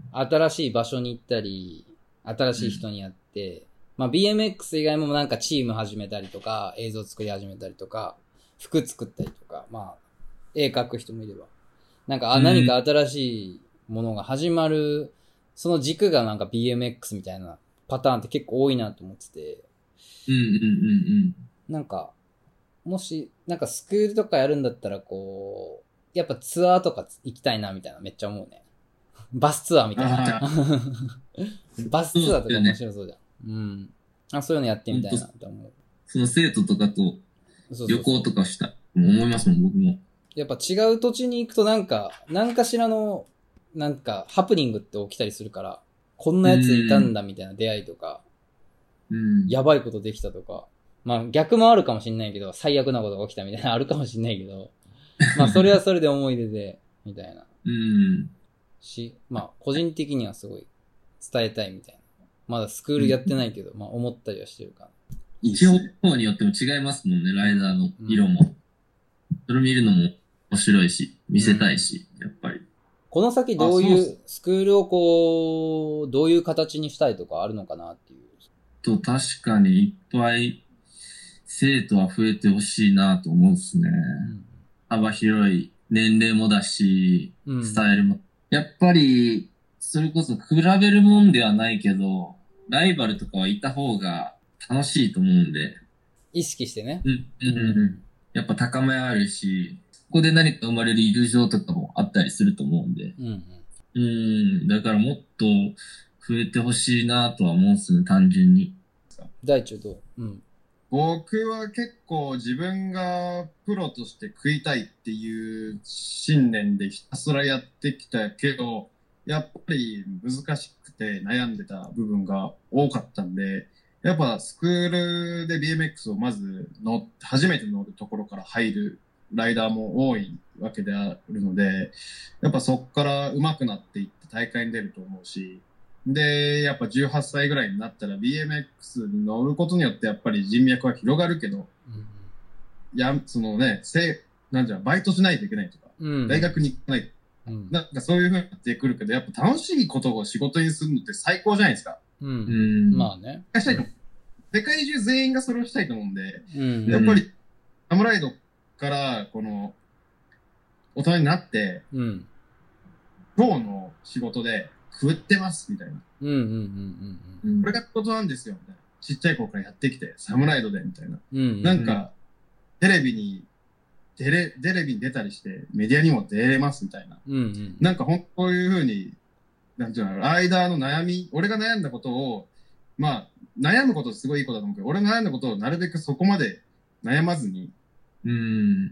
新しい場所に行ったり、新しい人に会って、うん、まあ ビーエムエックス 以外もなんかチーム始めたりとか、映像作り始めたりとか、服作ったりとか、まあ、絵描く人もいれば。なんか、あ、何か新しいものが始まる、その軸がなんか ビーエムエックス みたいなパターンって結構多いなと思ってて。 うんうんうんうん。 なんか、もし、なんかスクールとかやるんだったらこう、やっぱツアーとか行きたいなみたいなめっちゃ思うね。バスツアーみたいな。バスツアーとか面白そうじゃん。うん。あ、そういうのやってみたいなって思う。 その生徒とかと旅行とかしたい。思いますもん、僕も。 やっぱ違う土地に行くとなんか、何かしらの、なんか、ハプニングって起きたりするから、こんなやついたんだみたいな出会いとか、 うん、 やばいことできたとか、まあ逆もあるかもしんないけど、最悪なことが起きたみたいなあるかもしんないけど、まあそれはそれで思い出で、みたいな。 うん。 し、まあ、個人的にはすごい伝えたいみたいな。まだスクールやってないけど、うん、まあ、思ったりはしてるから。 地方によっても違いますもんね、ライダーの色も。うん、それ見るのも面白いし、見せたいし、うん、やっぱり。 この先どういう、スクールをこう、どういう形にしたいとかあるのかなっていう。 と、確かにいっぱい生徒は増えてほしいなと思うんですね。うん、幅広い年齢もだし、スタイルも。うん、やっぱり、それこそ比べるもんではないけど、ライバルとかはいた方が楽しいと思うんで。 意識してね。 うん。うん。うん、やっぱ高めあるし、ここで何か生まれるイリュージョンとかもあったりすると思うんで。うん、うん。うん。だからもっと増えてほしいなとは思うんですね、単純に。 大中どう？うん。 僕は結構自分がプロとして食いたいっていう信念でひたすらやってきたけど、やっぱり難しくて悩んでた部分が多かったんで、やっぱスクールで ビーエムエックス をまず乗初めて乗るところから入るライダーも多いわけであるので、やっぱそこから上手くなっていって大会に出ると思うし、で、やっぱじゅうはっさいぐらいになったら ビーエムエックス に乗ることによってやっぱり人脈は広がるけど、うん、や、そのね、せ、なんじゃ、バイトしないといけないとか、うん、大学に行かないとか、うん、なんかそういう風になってくるけど、やっぱ楽しいことを仕事にするのって最高じゃないですか。 うん。うん、まあね。 世界中全員がそれをしたいと思うんで、うん、やっぱり、サムライドから、この、大人になって、うん、今日の仕事で食ってます、みたいな。うんうんうんうん。これが仕事なんですよ、みたいな。ちっちゃい頃からやってきて、サムライドで、みたいな。うんうんうん、なんか、テレビに、テレ、テレビに出たりして、メディアにも出れます、みたいな。うんうん、なんかほんとこういう風に、なんていうの、ライダーの悩み、俺が悩んだことを、まあ、悩むことってすごいいいことだと思うけど、俺が悩んだことをなるべくそこまで悩まずに、うん、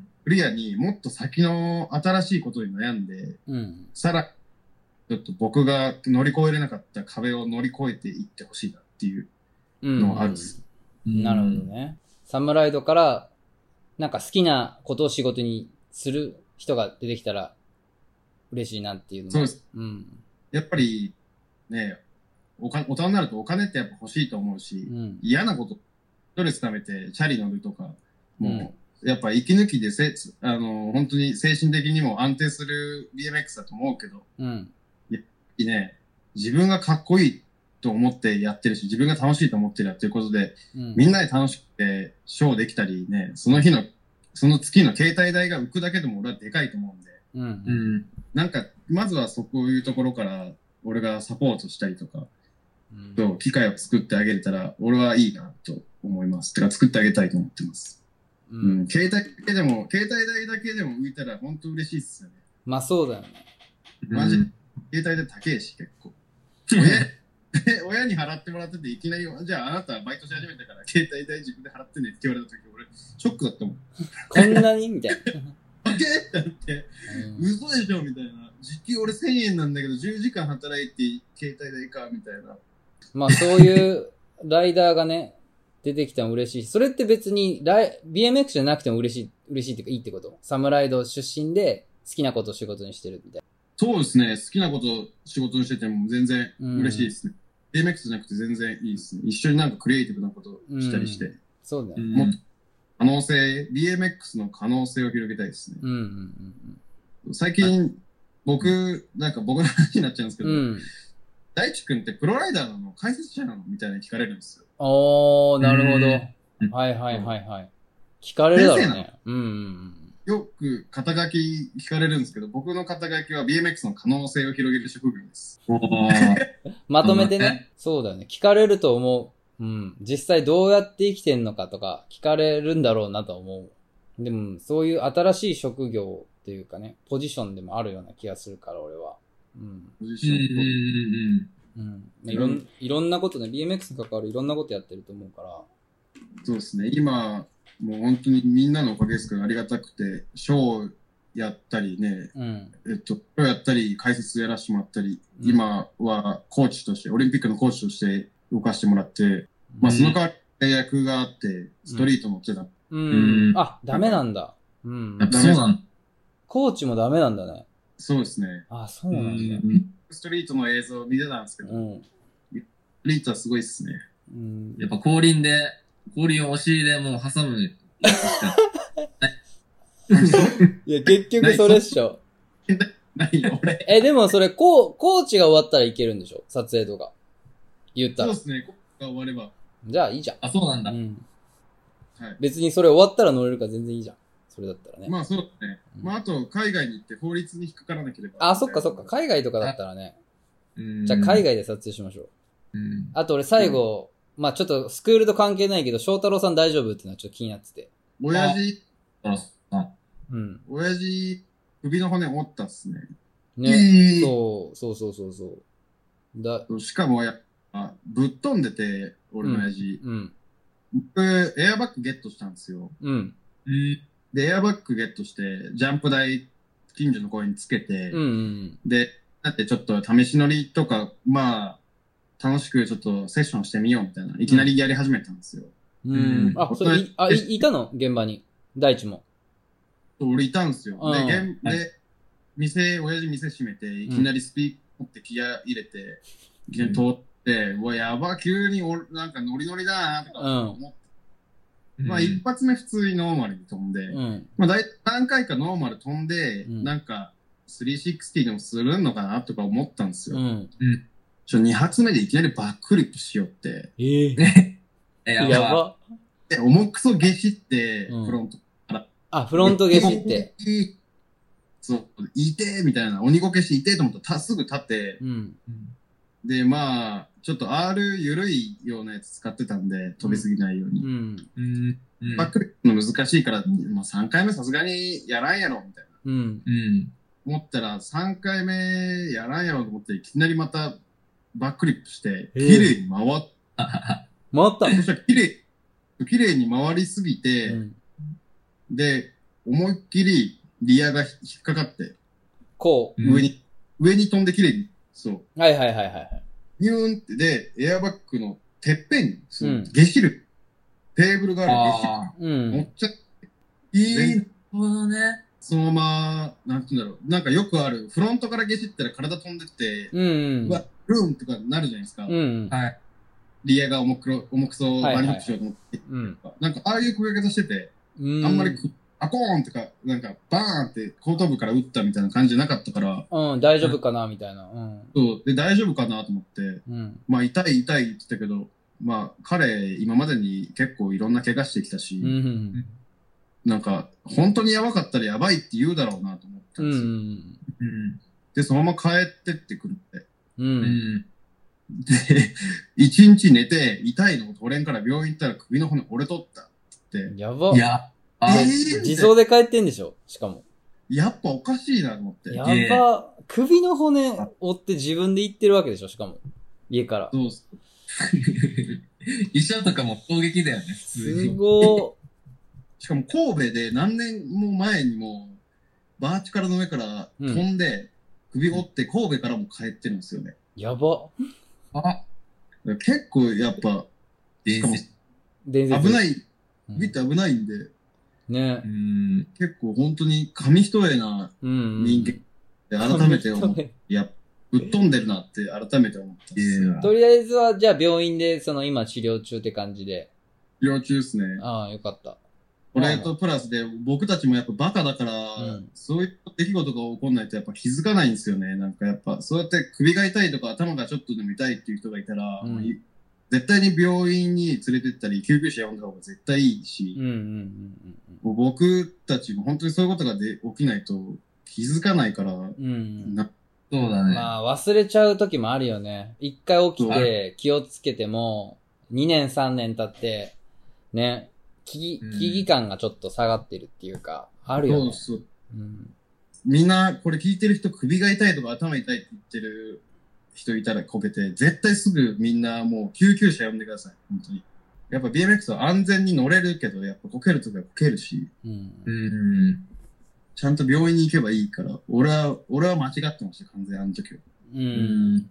クリアにもっと先の新しいことに悩んで、うん、さら、ちょっと僕が乗り越えれなかった壁を乗り越えていってほしいなっていうのはあるんです、 うんうん。なるほどね。サムライドから、なんか好きなことを仕事にする人が出てきたら嬉しいなっていうのも。 そうです。うん、やっぱり、ね、おか大人になるとお金ってやっぱ欲しいと思うし、うん、嫌なこと、ストレス溜めてチャリ乗るとか、もう、やっぱ息抜きでせ、あの、本当に精神的にも安定する ビーエムエックス だと思うけど、うん、やっぱりね、自分がかっこいいと思ってやってるし、自分が楽しいと思ってやってることで、うん、みんなで楽しくてショーできたりね、その日の、その月の携帯代が浮くだけでも俺はでかいと思うんで、うんうん、なんか、まずはそういうところから俺がサポートしたりとか、うん、機会を作ってあげれたら俺はいいなと思います。てか作ってあげたいと思ってます。うんうん、携帯だけでも、携帯代だけでも浮いたら本当嬉しいっすよね。 まあそうだよね。 マジ、うん、携帯代高いし結構。親, 親に払ってもらってていきなり、じゃああなたバイトし始めたから携帯代自分で払ってねって言われた時俺、ショックだったもん。 こんなにみたいな。 高えってなって、うん、嘘でしょみたいな。時給俺せんえんなんだけどじゅうじかん働いて携帯代かみたいな。 まあそういうライダーがね、出てきても嬉しいし、それって別にライ ビーエムエックス じゃなくても嬉しい、嬉しいっていうかいいってこと？サムライド出身で好きなことを仕事にしてるみたいな。 そうですね。好きなことを仕事にしてても全然嬉しいですね。うん、ビーエムエックス じゃなくて全然いいですね。一緒になんかクリエイティブなことをしたりして。うん、 そうだよね。 もっと可能性、ビーエムエックス の可能性を広げたいですね。うんうんうんうん、最近、僕、なんか僕の話になっちゃうんですけど、うん、大地君ってプロライダーなの解説者なのみたいな聞かれるんですよ。 おー、なるほど。はいはいはいはい。聞かれるだろうね。うんうんうん、 よく肩書き聞かれるんですけど、僕の肩書きは ビーエムエックス の可能性を広げる職業です。 まとめてね。そうだよね。聞かれると思う。うん。実際どうやって生きてんのかとか聞かれるんだろうなと思う。でも、そういう新しい職業っていうかね、ポジションでもあるような気がするから、俺は。うん。ポジションうん。いろん、いろんなことね、ビーエムエックス に関わるいろんなことやってると思うから。 そうですね。今、もう本当にみんなのおかげですからありがたくて、ショーやったりね、うん、えっと、ショーやったり、解説やらせてもらったり、うん、今はコーチとして、オリンピックのコーチとして動かしてもらって、うん、まあその代わり契約があって、ストリート乗ってた。 うん。うん、あ、ダメなんだ。うん。 そうなんだ。 コーチもダメなんだね。 そうですね。 あ、そうなんだ。 ストリートの映像を見てたんですけど、うん、ストリートはすごいっすね。 うん、やっぱ後輪で、後輪をお尻でもう挟むしかいや、結局それっしょ。 ないよ、俺。 え、でもそれ、コー、コーチが終わったらいけるんでしょ撮影とか。言ったら。 そうですね、コーチが終われば。 じゃあいいじゃん。 あ、そうなんだ。うん。 はい。別にそれ終わったら乗れるから全然いいじゃん。それだったらね。 まあそうですね。うん、まああと、海外に行って法律に引っかからなければ。 あ、そっかそっか。海外とかだったらね。じゃあ海外で撮影しましょう。うん、あと俺最後、うん、まあちょっとスクールと関係ないけど、翔太郎さん大丈夫っていうのはちょっと気になってて。 親父、 あ、 うん。 親父、首の骨折ったっすね。 ね、えー、そう、そうそうそうそう。 だしかもや、あ、ぶっ飛んでて、俺の親父。うん。うん、僕、エアバッグゲットしたんですよ。 うん。 で、エアバッグゲットして、ジャンプ台、近所の公園につけて、 うんうん、 で、だってちょっと試し乗りとか、まあ、楽しくちょっとセッションしてみようみたいな、いきなりやり始めたんですよ。 うん。うん、あ、それい、あ、い、いたの現場に。大地も。 俺いたんですよ。で、現、はい、で、店、親父店閉めて、いきなりスピーカー持ってギア入れて、いきなり通って、うわ、やば、急におなんかノリノリだなとか思って。うん、まあ、一発目普通にノーマルに飛んで、うん、まあ、だい何回かノーマル飛んで、うん、なんか、さんびゃくろくじゅうでもするのかなとか思ったんですよ。うん。ちょ、に発目でいきなりバックフリップしよって。 ええー。やば。 で、重くそ下しって、うん、フロントから。 あ、フロント下しって。 そう、いてーみたいな、鬼ごけしていてーと思ったら、すぐ立って、うん、で、まあ、ちょっと R 緩いようなやつ使ってたんで、飛びすぎないように。うんうん、バックフリップの難しいから、まあ、さんかいめさすがにやらんやろ、みたいな。うんうん思ったら、さんかいめやらんやろと思って、いきなりまたバックリップして、綺麗に回った。 回ったそしたら綺麗、綺麗に回りすぎて、うん、で、思いっきりリアが引っかかって、 こう、上に、うん、上に飛んで綺麗に、そう。 はいはいはいはい。 ニューンってで、エアバッグのてっぺんに、そう、うん、下シル、テーブルがある下シル、うん、持っちゃって、 いいなるほどね。 そのまま、なんて言うんだろう。なんかよくある、フロントからゲシったら体飛んでって、うん、うん。うわ、ルーンとかなるじゃないですか。うん。はい。リアが重く、重くそう、バニホップしようと思って。うん。なんか、ああいう焦げ方してて、うん。あんまりく、アコーンとか、なんか、バーンって後頭部から撃ったみたいな感じじゃなかったから。 うん、大丈夫かな、みたいな。うん。 そう。で、大丈夫かなと思って、うん。まあ、痛い痛いって言ってたけど、まあ、彼、今までに結構いろんな怪我してきたし、うん。なんか、本当にやばかったらやばいって言うだろうなと思ったんですよ。うん、で、そのまま帰ってってくるって。うん、で、一日寝て、痛いのを取れんから病院行ったら首の骨折れとったって。 やば。 いや、 えー、自走で帰ってんでしょしかも。 やっぱおかしいなと思って。 やば。首の骨折って自分で行ってるわけでしょしかも。家から。 そうっす。 医者とかも攻撃だよね、普通に。 すごー。 しかも神戸で何年も前にも、バーチカルの上から飛んで、首折って神戸からも帰ってるんですよね。 やば。 あ結構やっぱ、しかも危ない、首って危ないんで、 ね、 うん、結構本当に紙一重な人間で改めて思う。いや、ぶっ飛んでるなって改めて思ったんですよ。 とりあえずは、じゃあ病院でその今治療中って感じで。 治療中ですね。 ああ、よかった。 これとプラスで、僕たちもやっぱバカだから、うん、そういう出来事が起こんないとやっぱ気づかないんですよね。なんかやっぱ、そうやって首が痛いとか頭がちょっとでも痛いっていう人がいたら、うん、絶対に病院に連れてったり、救急車呼んだ方が絶対いいし、僕たちも本当にそういうことがで起きないと気づかないから、うん、 なそうだね。 まあ忘れちゃう時もあるよね。一回起きて気をつけても、にねんさんねん経って、ね、危機、危機感がちょっと下がってるっていうか、あるよね。そうそう。うん、 みんな、これ聞いてる人、首が痛いとか頭痛いって言ってる人いたらこけて、絶対すぐみんなもう救急車呼んでください。本当に。やっぱ ビーエムエックス は安全に乗れるけど、やっぱこけるときはこけるし、うん、うんちゃんと病院に行けばいいから、俺は、俺は間違ってました、完全にあの時は。うん。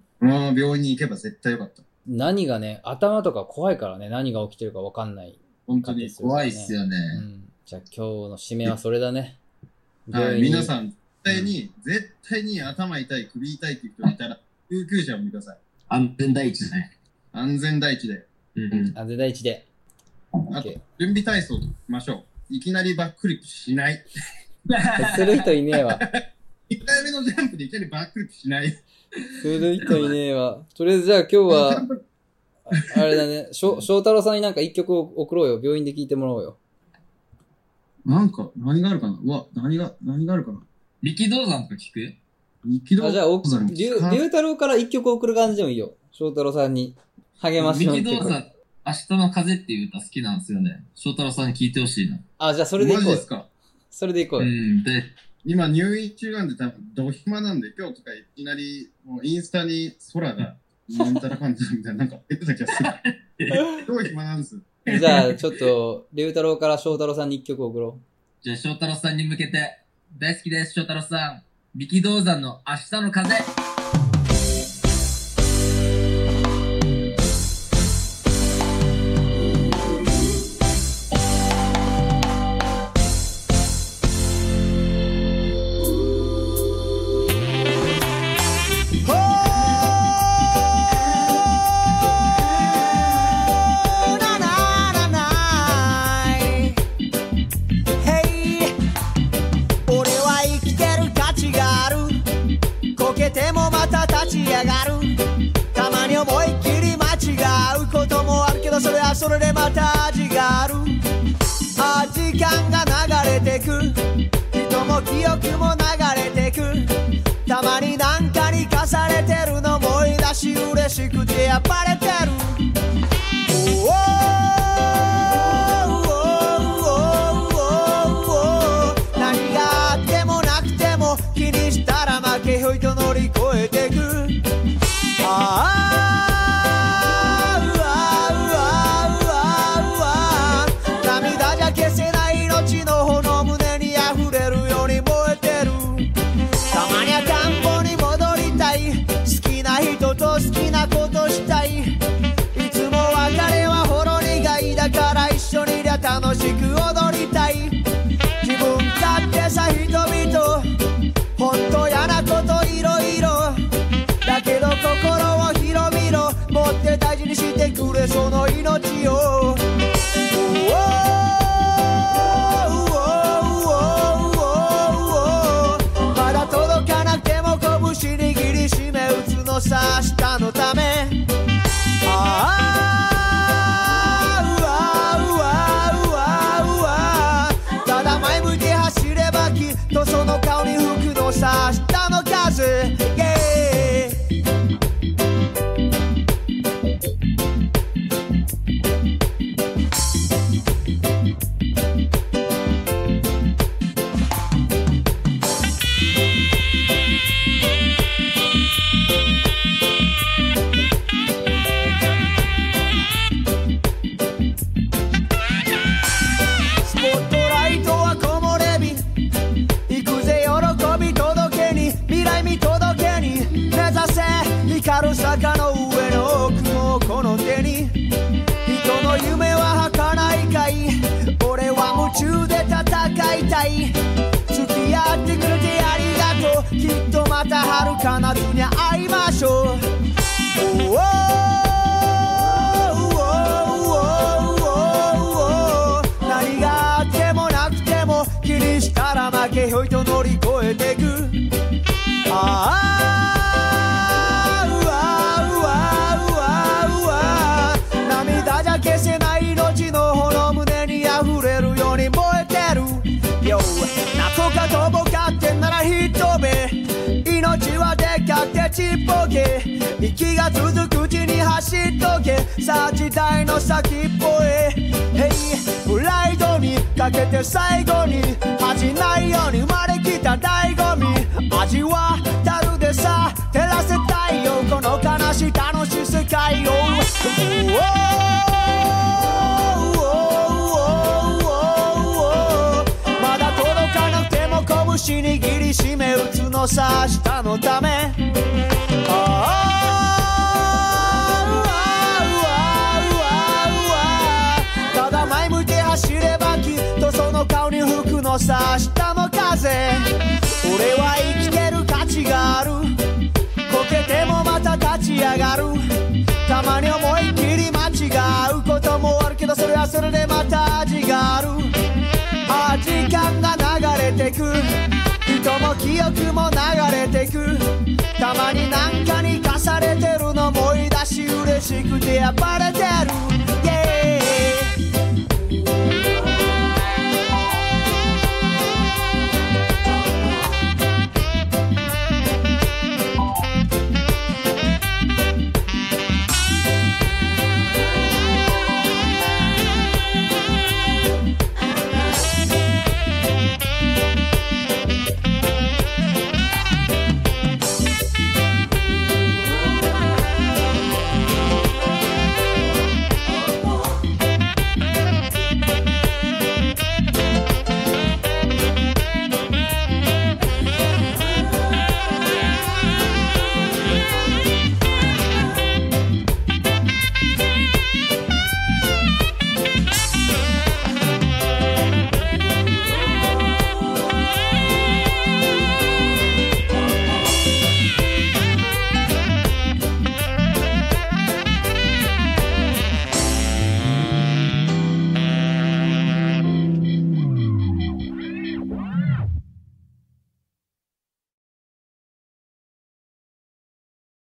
このまま病院に行けば絶対よかった。 何がね、頭とか怖いからね、何が起きてるか分かんない、ね。 本当に怖いっすよね。 うん、じゃあ今日の締めはそれだね。 はい、皆さん、 対に、絶対に頭痛い、首痛いっていう人いたら、救急車を呼んでください。 安全第一ね。 安全第一で。 うん。 安全第一で。 あと、準備体操としましょう。いきなりバックフリップしない。 する人いねえわ。 いっかいめのジャンプでいきなりバックフリップしない。 する人いねえわ。とりあえずじゃあ今日は、あれだね、しょ翔太郎さんになんか一曲送ろうよ。病院で聴いてもらおうよ。 なんか、何があるかなうわ、何が、何があるかな力道山とか聞く力道山。 あ、じゃあ、お龍太郎から一曲送る感じでもいいよ。翔太郎さんに励ましの力道山、明日の風っていう歌好きなんですよね。翔太郎さんに聞いてほしいな。 あ、じゃあそれでいこうよ。 マジですか。 それでいこうよ。 うん、で、 今入院中なんで多分、ド暇なんで、今日とかいきなり、もうインスタに空が、なんたらかんたらみたいな、なんか出てた気がする。今日暇なんです。 じゃあ、ちょっと、龍太郎から翔太郎さんに一曲送ろう。 じゃあ翔太郎さんに向けて、大好きです、翔太郎さん。力道山の明日の風。 それはそれでまた味がある。あ、時間が流れてく、人も記憶も流れてく。たまになんかに課されてるの思い出し嬉しくてやっぱれてる。おー何があってもなくても気にしたら負けよいと乗り越えてく。ああ好きなことしたい。いつも別れはほろ苦いだから一緒にいりゃ楽しく踊りたい。自分勝手さ人々ほんと嫌なこといろいろだけど心を広々持って大事にしてくれその命を。まだ届かなくても拳握りしめ打つのさ明日のため。ああうわうわうわうわただ前向いて走ればきっとその顔に吹くのさ明日の風、yeah坂の上の雲この手に人の夢は儚いかい。俺は夢中で戦いたい。付き合ってくれてありがとう。きっとまた遥か夏に会いましょう。何があってもなくても気にしたら負けよいと乗り越えてく。ああ消せない命の炎胸に溢れるように燃えてるよ。夏かとぼかってならひとべ命はでかくてちっぽけ。息が続くうちに走っとけさあ時代の先っぽへ。Hey プライドにかけて最後に恥じないように生まれきた醍醐味。味は樽でさ照らせたいよこの悲しい楽しい世界を。まだ届かなくても拳握りしめ打つのさ明日のため。ただ前向いて走ればきっとその顔に吹くのさ明日の風。俺はそれでまた味がある。ああ時間が流れてく、人も記憶も流れてく。たまになんかに課されてるの思い出し嬉しくて暴れてる。